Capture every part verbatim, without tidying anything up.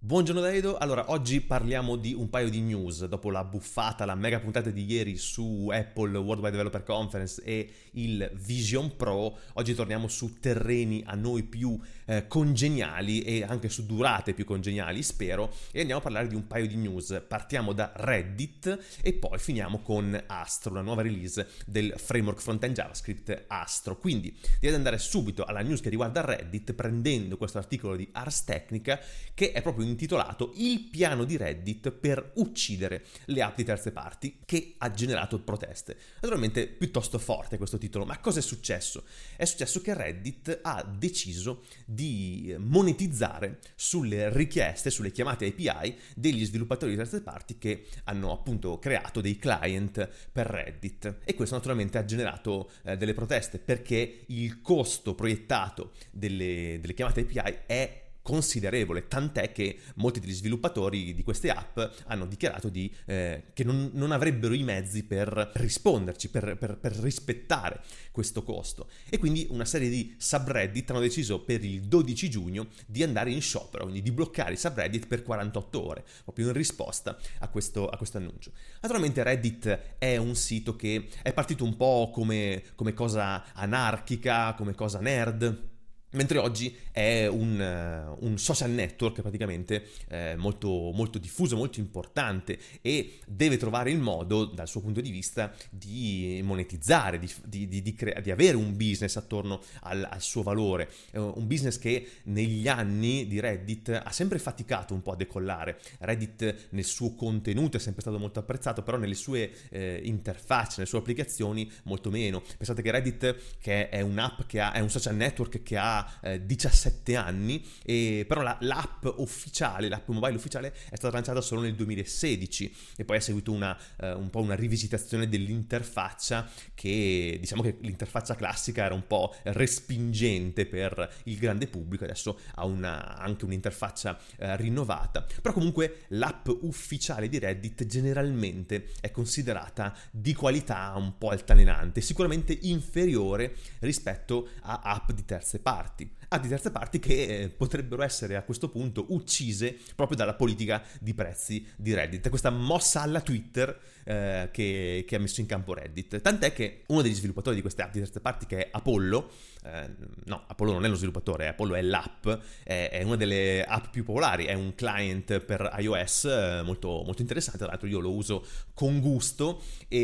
Buongiorno da Edo, allora oggi parliamo di un paio di news dopo la buffata, la mega puntata di ieri su Apple Worldwide Developer Conference e il Vision Pro. Oggi torniamo su terreni a noi più eh, congeniali e anche su durate più congeniali, spero, e andiamo a parlare di un paio di news. Partiamo da Reddit e poi finiamo con Astro, una nuova release del framework front-end JavaScript Astro. Quindi direi di andare subito alla news che riguarda Reddit, prendendo questo articolo di Ars Technica che è proprio intitolato "Il piano di Reddit per uccidere le app di terze parti", che ha generato proteste. Naturalmente piuttosto forte questo titolo, ma cosa è successo? È successo che Reddit ha deciso di monetizzare sulle richieste, sulle chiamate A P I degli sviluppatori di terze parti che hanno appunto creato dei client per Reddit, e questo naturalmente ha generato eh, delle proteste, perché il costo proiettato delle, delle chiamate A P I è considerevole, tant'è che molti degli sviluppatori di queste app hanno dichiarato di, eh, che non, non avrebbero i mezzi per risponderci, per, per, per rispettare questo costo, e quindi una serie di subreddit hanno deciso per il dodici giugno di andare in sciopero, quindi di bloccare i subreddit per quarantotto ore, proprio in risposta a questo, a questo annuncio. Naturalmente Reddit è un sito che è partito un po' come, come cosa anarchica, come cosa nerd, mentre oggi è un, uh, un social network praticamente eh, molto, molto diffuso, molto importante, e deve trovare il modo, dal suo punto di vista, di monetizzare, di, di, di, di, crea- di avere un business attorno al, al suo valore. È un business che negli anni di Reddit ha sempre faticato un po' a decollare. Reddit nel suo contenuto è sempre stato molto apprezzato, però nelle sue eh, interfacce, nelle sue applicazioni molto meno. Pensate che Reddit, che è un'app che ha, è un social network che ha diciassette anni, e però la, l'app ufficiale, l'app mobile ufficiale è stata lanciata solo nel duemilasedici, e poi è seguito una, uh, un po' una rivisitazione dell'interfaccia, che diciamo che l'interfaccia classica era un po' respingente per il grande pubblico. Adesso ha una, anche un'interfaccia uh, rinnovata, però comunque l'app ufficiale di Reddit generalmente è considerata di qualità un po' altalenante, sicuramente inferiore rispetto a app di terze parti. App di terze parti che eh, potrebbero essere a questo punto uccise proprio dalla politica di prezzi di Reddit, questa mossa alla Twitter eh, che, che ha messo in campo Reddit. Tant'è che uno degli sviluppatori di queste app di terze parti, che è Apollo, eh, no, Apollo non è lo sviluppatore, Apollo è l'app, è, è una delle app più popolari, è un client per iOS eh, molto, molto interessante, tra l'altro io lo uso con gusto,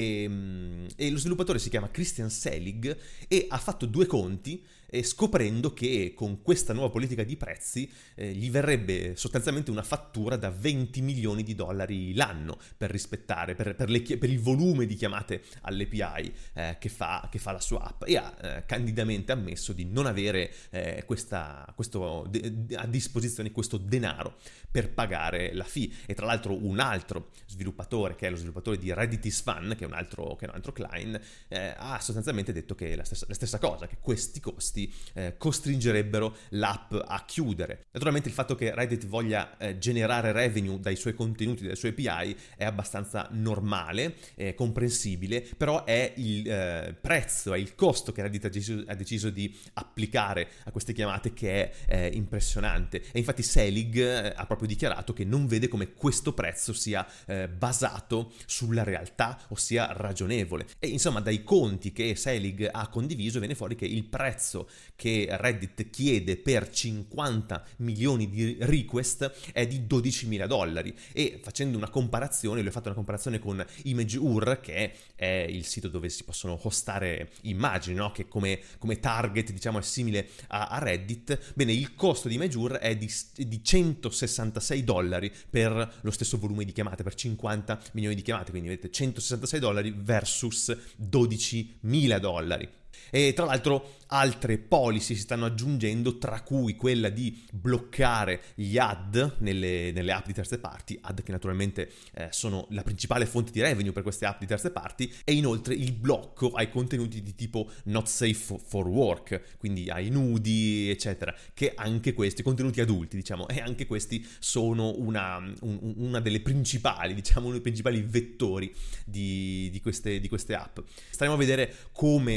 e, e lo sviluppatore si chiama Christian Selig e ha fatto due conti, e scoprendo che con questa nuova politica di prezzi eh, gli verrebbe sostanzialmente una fattura da venti milioni di dollari l'anno per rispettare, per, per, le, per il volume di chiamate alle A P I eh, che, fa, che fa la sua app, e ha eh, candidamente ammesso di non avere eh, questa, questo de, a disposizione questo denaro per pagare la fee. E tra l'altro un altro sviluppatore, che è lo sviluppatore di Reddit is Fun, che è un altro, che è un altro client, eh, ha sostanzialmente detto che la stessa, la stessa cosa, che questi costi Eh, costringerebbero l'app a chiudere. Naturalmente il fatto che Reddit voglia eh, generare revenue dai suoi contenuti, dalle sue A P I, è abbastanza normale, è comprensibile, però è il eh, prezzo, è il costo che Reddit ha deciso, ha deciso di applicare a queste chiamate che è eh, impressionante. E infatti Selig eh, ha proprio dichiarato che non vede come questo prezzo sia eh, basato sulla realtà o sia ragionevole. E insomma, dai conti che Selig ha condiviso viene fuori che il prezzo che Reddit chiede per cinquanta milioni di request è di dodicimila dollari, e facendo una comparazione, lui ha fatto una comparazione con ImageUr, che è il sito dove si possono hostare immagini, no? Che come, come target, diciamo, è simile a, a Reddit. Bene, il costo di ImageUr è di, di centosessantasei dollari per lo stesso volume di chiamate, per cinquanta milioni di chiamate, quindi vedete centosessantasei dollari versus dodicimila dollari. E tra l'altro altre policy si stanno aggiungendo, tra cui quella di bloccare gli ad nelle, nelle app di terze parti, ad che naturalmente eh, sono la principale fonte di revenue per queste app di terze parti, e inoltre il blocco ai contenuti di tipo not safe for work, quindi ai nudi eccetera, che anche questi contenuti adulti, diciamo, e anche questi sono una, un, una delle principali, diciamo, uno dei principali vettori di, di, queste, di queste app. Staremo a vedere come eh,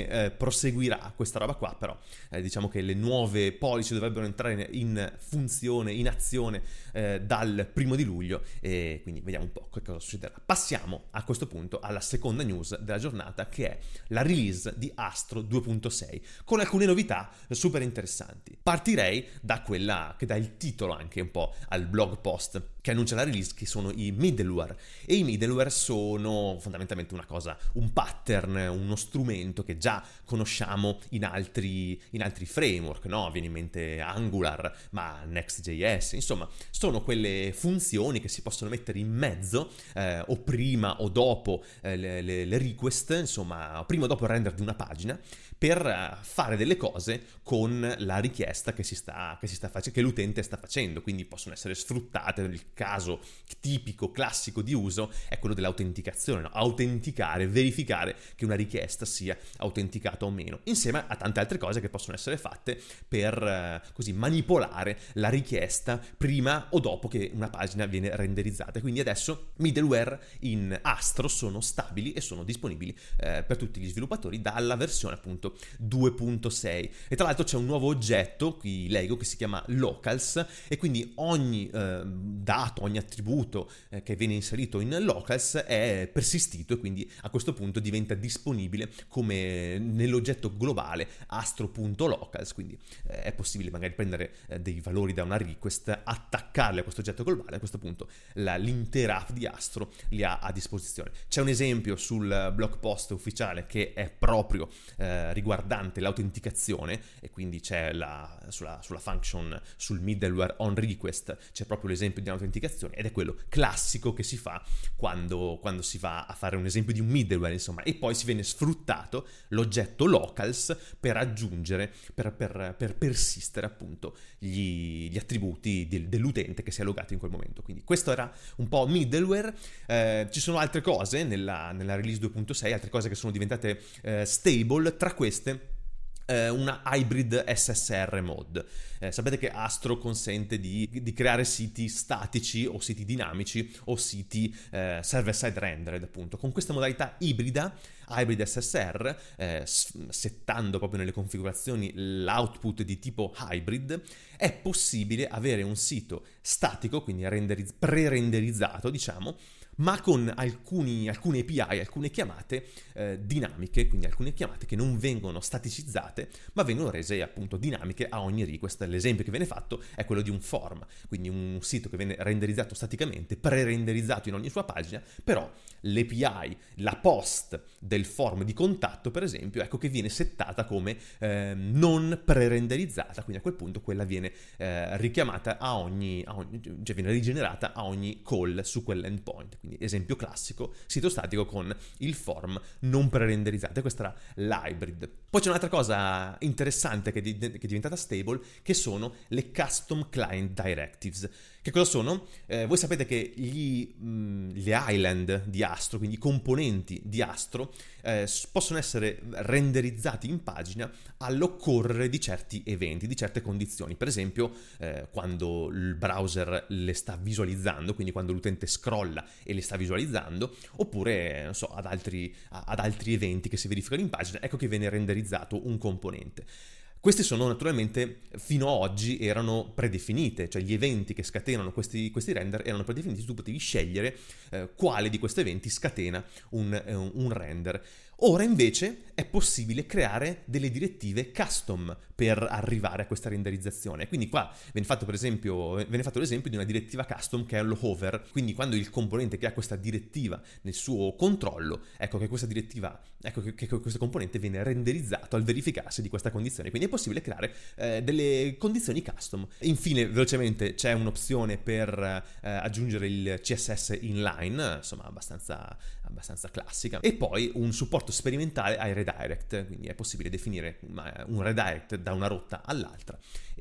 proseguirà questa roba qua, però eh, diciamo che le nuove policy dovrebbero entrare in funzione, in azione eh, dal primo di luglio, e quindi vediamo un po' che cosa succederà. Passiamo a questo punto alla seconda news della giornata, che è la release di Astro due punto sei, con alcune novità super interessanti. Partirei da quella che dà il titolo anche un po' al blog post che annuncia la release, che sono i middleware. E i middleware sono fondamentalmente una cosa, un pattern, uno strumento che già conosciamo in altri, in altri framework, no? Viene in mente Angular, ma Next.js, insomma, sono quelle funzioni che si possono mettere in mezzo eh, o prima o dopo eh, le, le, le request, insomma, prima o dopo il render di una pagina, per fare delle cose con la richiesta che si sta, che si sta facendo, che l'utente sta facendo. Quindi possono essere sfruttate. Il caso tipico, classico di uso è quello dell'autenticazione, no? Autenticare, verificare che una richiesta sia autenticata o meno, insieme a tante altre cose che possono essere fatte per eh, così manipolare la richiesta prima o dopo che una pagina viene renderizzata. Quindi adesso middleware in Astro sono stabili e sono disponibili eh, per tutti gli sviluppatori dalla versione appunto due punto sei. E tra l'altro c'è un nuovo oggetto qui Lego che si chiama locals, e quindi ogni eh, dato, ogni attributo eh, che viene inserito in locals è persistito, e quindi a questo punto diventa disponibile come nell'oggetto globale astro.locals. Quindi eh, è possibile magari prendere eh, dei valori da una request, attaccarli a questo oggetto globale. A questo punto la, l'intera app di Astro li ha a disposizione. C'è un esempio sul blog post ufficiale che è proprio eh, riguardante l'autenticazione, e quindi c'è la, sulla, sulla function, sul middleware on request, c'è proprio l'esempio di un'autenticazione, ed è quello classico che si fa quando, quando si va a fare un esempio di un middleware, insomma, e poi si viene sfruttato l'oggetto locals per aggiungere, per, per, per persistere appunto gli, gli attributi del, dell'utente che si è logato in quel momento. Quindi questo era un po' middleware. Eh, ci sono altre cose nella, nella release due punto sei, altre cose che sono diventate eh, stable, tra queste eh, una hybrid S S R mode. Eh, sapete che Astro consente di, di creare siti statici o siti dinamici o siti eh, server-side rendered, appunto. Con questa modalità ibrida, hybrid S S R, eh, settando proprio nelle configurazioni l'output di tipo hybrid, è possibile avere un sito statico, quindi renderizz- pre-renderizzato, diciamo, ma con alcuni, alcune A P I, alcune chiamate eh, dinamiche, quindi alcune chiamate che non vengono staticizzate, ma vengono rese appunto dinamiche a ogni request. L'esempio che viene fatto è quello di un form, quindi un sito che viene renderizzato staticamente, pre-renderizzato in ogni sua pagina, però l'A P I, la post del form di contatto, per esempio, ecco che viene settata come eh, non pre-renderizzata, quindi a quel punto quella viene eh, richiamata a ogni, a ogni, cioè viene rigenerata a ogni call su quell'endpoint. Quindi esempio classico, sito statico con il form non pre-renderizzato, e questa era l'hybrid. Poi c'è un'altra cosa interessante che, di, che è diventata stable, che sono le custom client directives. Che cosa sono? Eh, voi sapete che gli, mh, le island di Astro, quindi i componenti di Astro, eh, possono essere renderizzati in pagina all'occorrere di certi eventi, di certe condizioni. Per esempio, eh, quando il browser le sta visualizzando, quindi quando l'utente scrolla e le sta visualizzando, oppure, non so, ad altri, ad altri eventi che si verificano in pagina, ecco che viene renderizzato un componente. Queste sono naturalmente, fino ad oggi, erano predefinite, cioè gli eventi che scatenano questi, questi render erano predefiniti, tu potevi scegliere eh, quale di questi eventi scatena un, eh, un render. Ora invece è possibile creare delle direttive custom per arrivare a questa renderizzazione. Quindi qua viene fatto per esempio viene fatto l'esempio di una direttiva custom che è lo hover. Quindi quando il componente che ha questa direttiva nel suo controllo, ecco che questa direttiva, ecco che, che questo componente viene renderizzato al verificarsi di questa condizione. Quindi è possibile creare eh, delle condizioni custom. Infine, velocemente, c'è un'opzione per eh, aggiungere il C S S inline, insomma abbastanza, abbastanza classica, e poi un supporto sperimentale ai redirect, quindi è possibile definire un redirect da una rotta all'altra,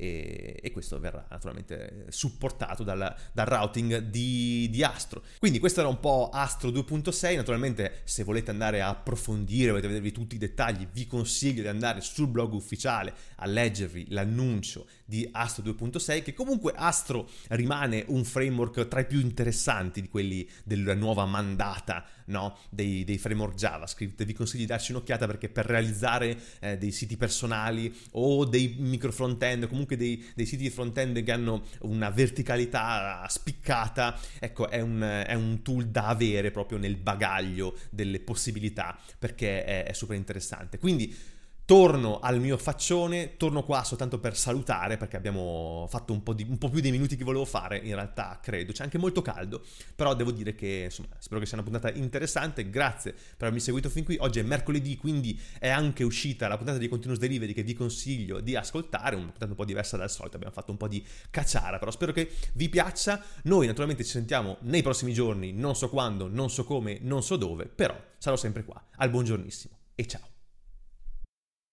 e, e questo verrà naturalmente supportato dal, dal routing di, di Astro. Quindi questo era un po' Astro due punto sei. Naturalmente, se volete andare a approfondire, volete vedervi tutti i dettagli, vi consiglio di andare sul blog ufficiale a leggervi l'annuncio di Astro due punto sei, che comunque Astro rimane un framework tra i più interessanti di quelli della nuova mandata, no? dei, dei framework JavaScript. Vi consiglio di darci un'occhiata, perché per realizzare eh, dei siti personali o dei micro front-end, comunque dei, dei siti di front-end che hanno una verticalità spiccata, ecco, è un, è un tool da avere proprio nel bagaglio delle possibilità, perché è, è super interessante. Quindi torno al mio faccione, torno qua soltanto per salutare, perché abbiamo fatto un po', di, un po' più dei minuti che volevo fare, in realtà credo, c'è anche molto caldo, però devo dire che insomma spero che sia una puntata interessante. Grazie per avermi seguito fin qui. Oggi è mercoledì, quindi è anche uscita la puntata di Continuous Delivery che vi consiglio di ascoltare, una puntata un po' diversa dal solito, abbiamo fatto un po' di cacciara, però spero che vi piaccia. Noi naturalmente ci sentiamo nei prossimi giorni, non so quando, non so come, non so dove, però sarò sempre qua. Al buongiornissimo e ciao.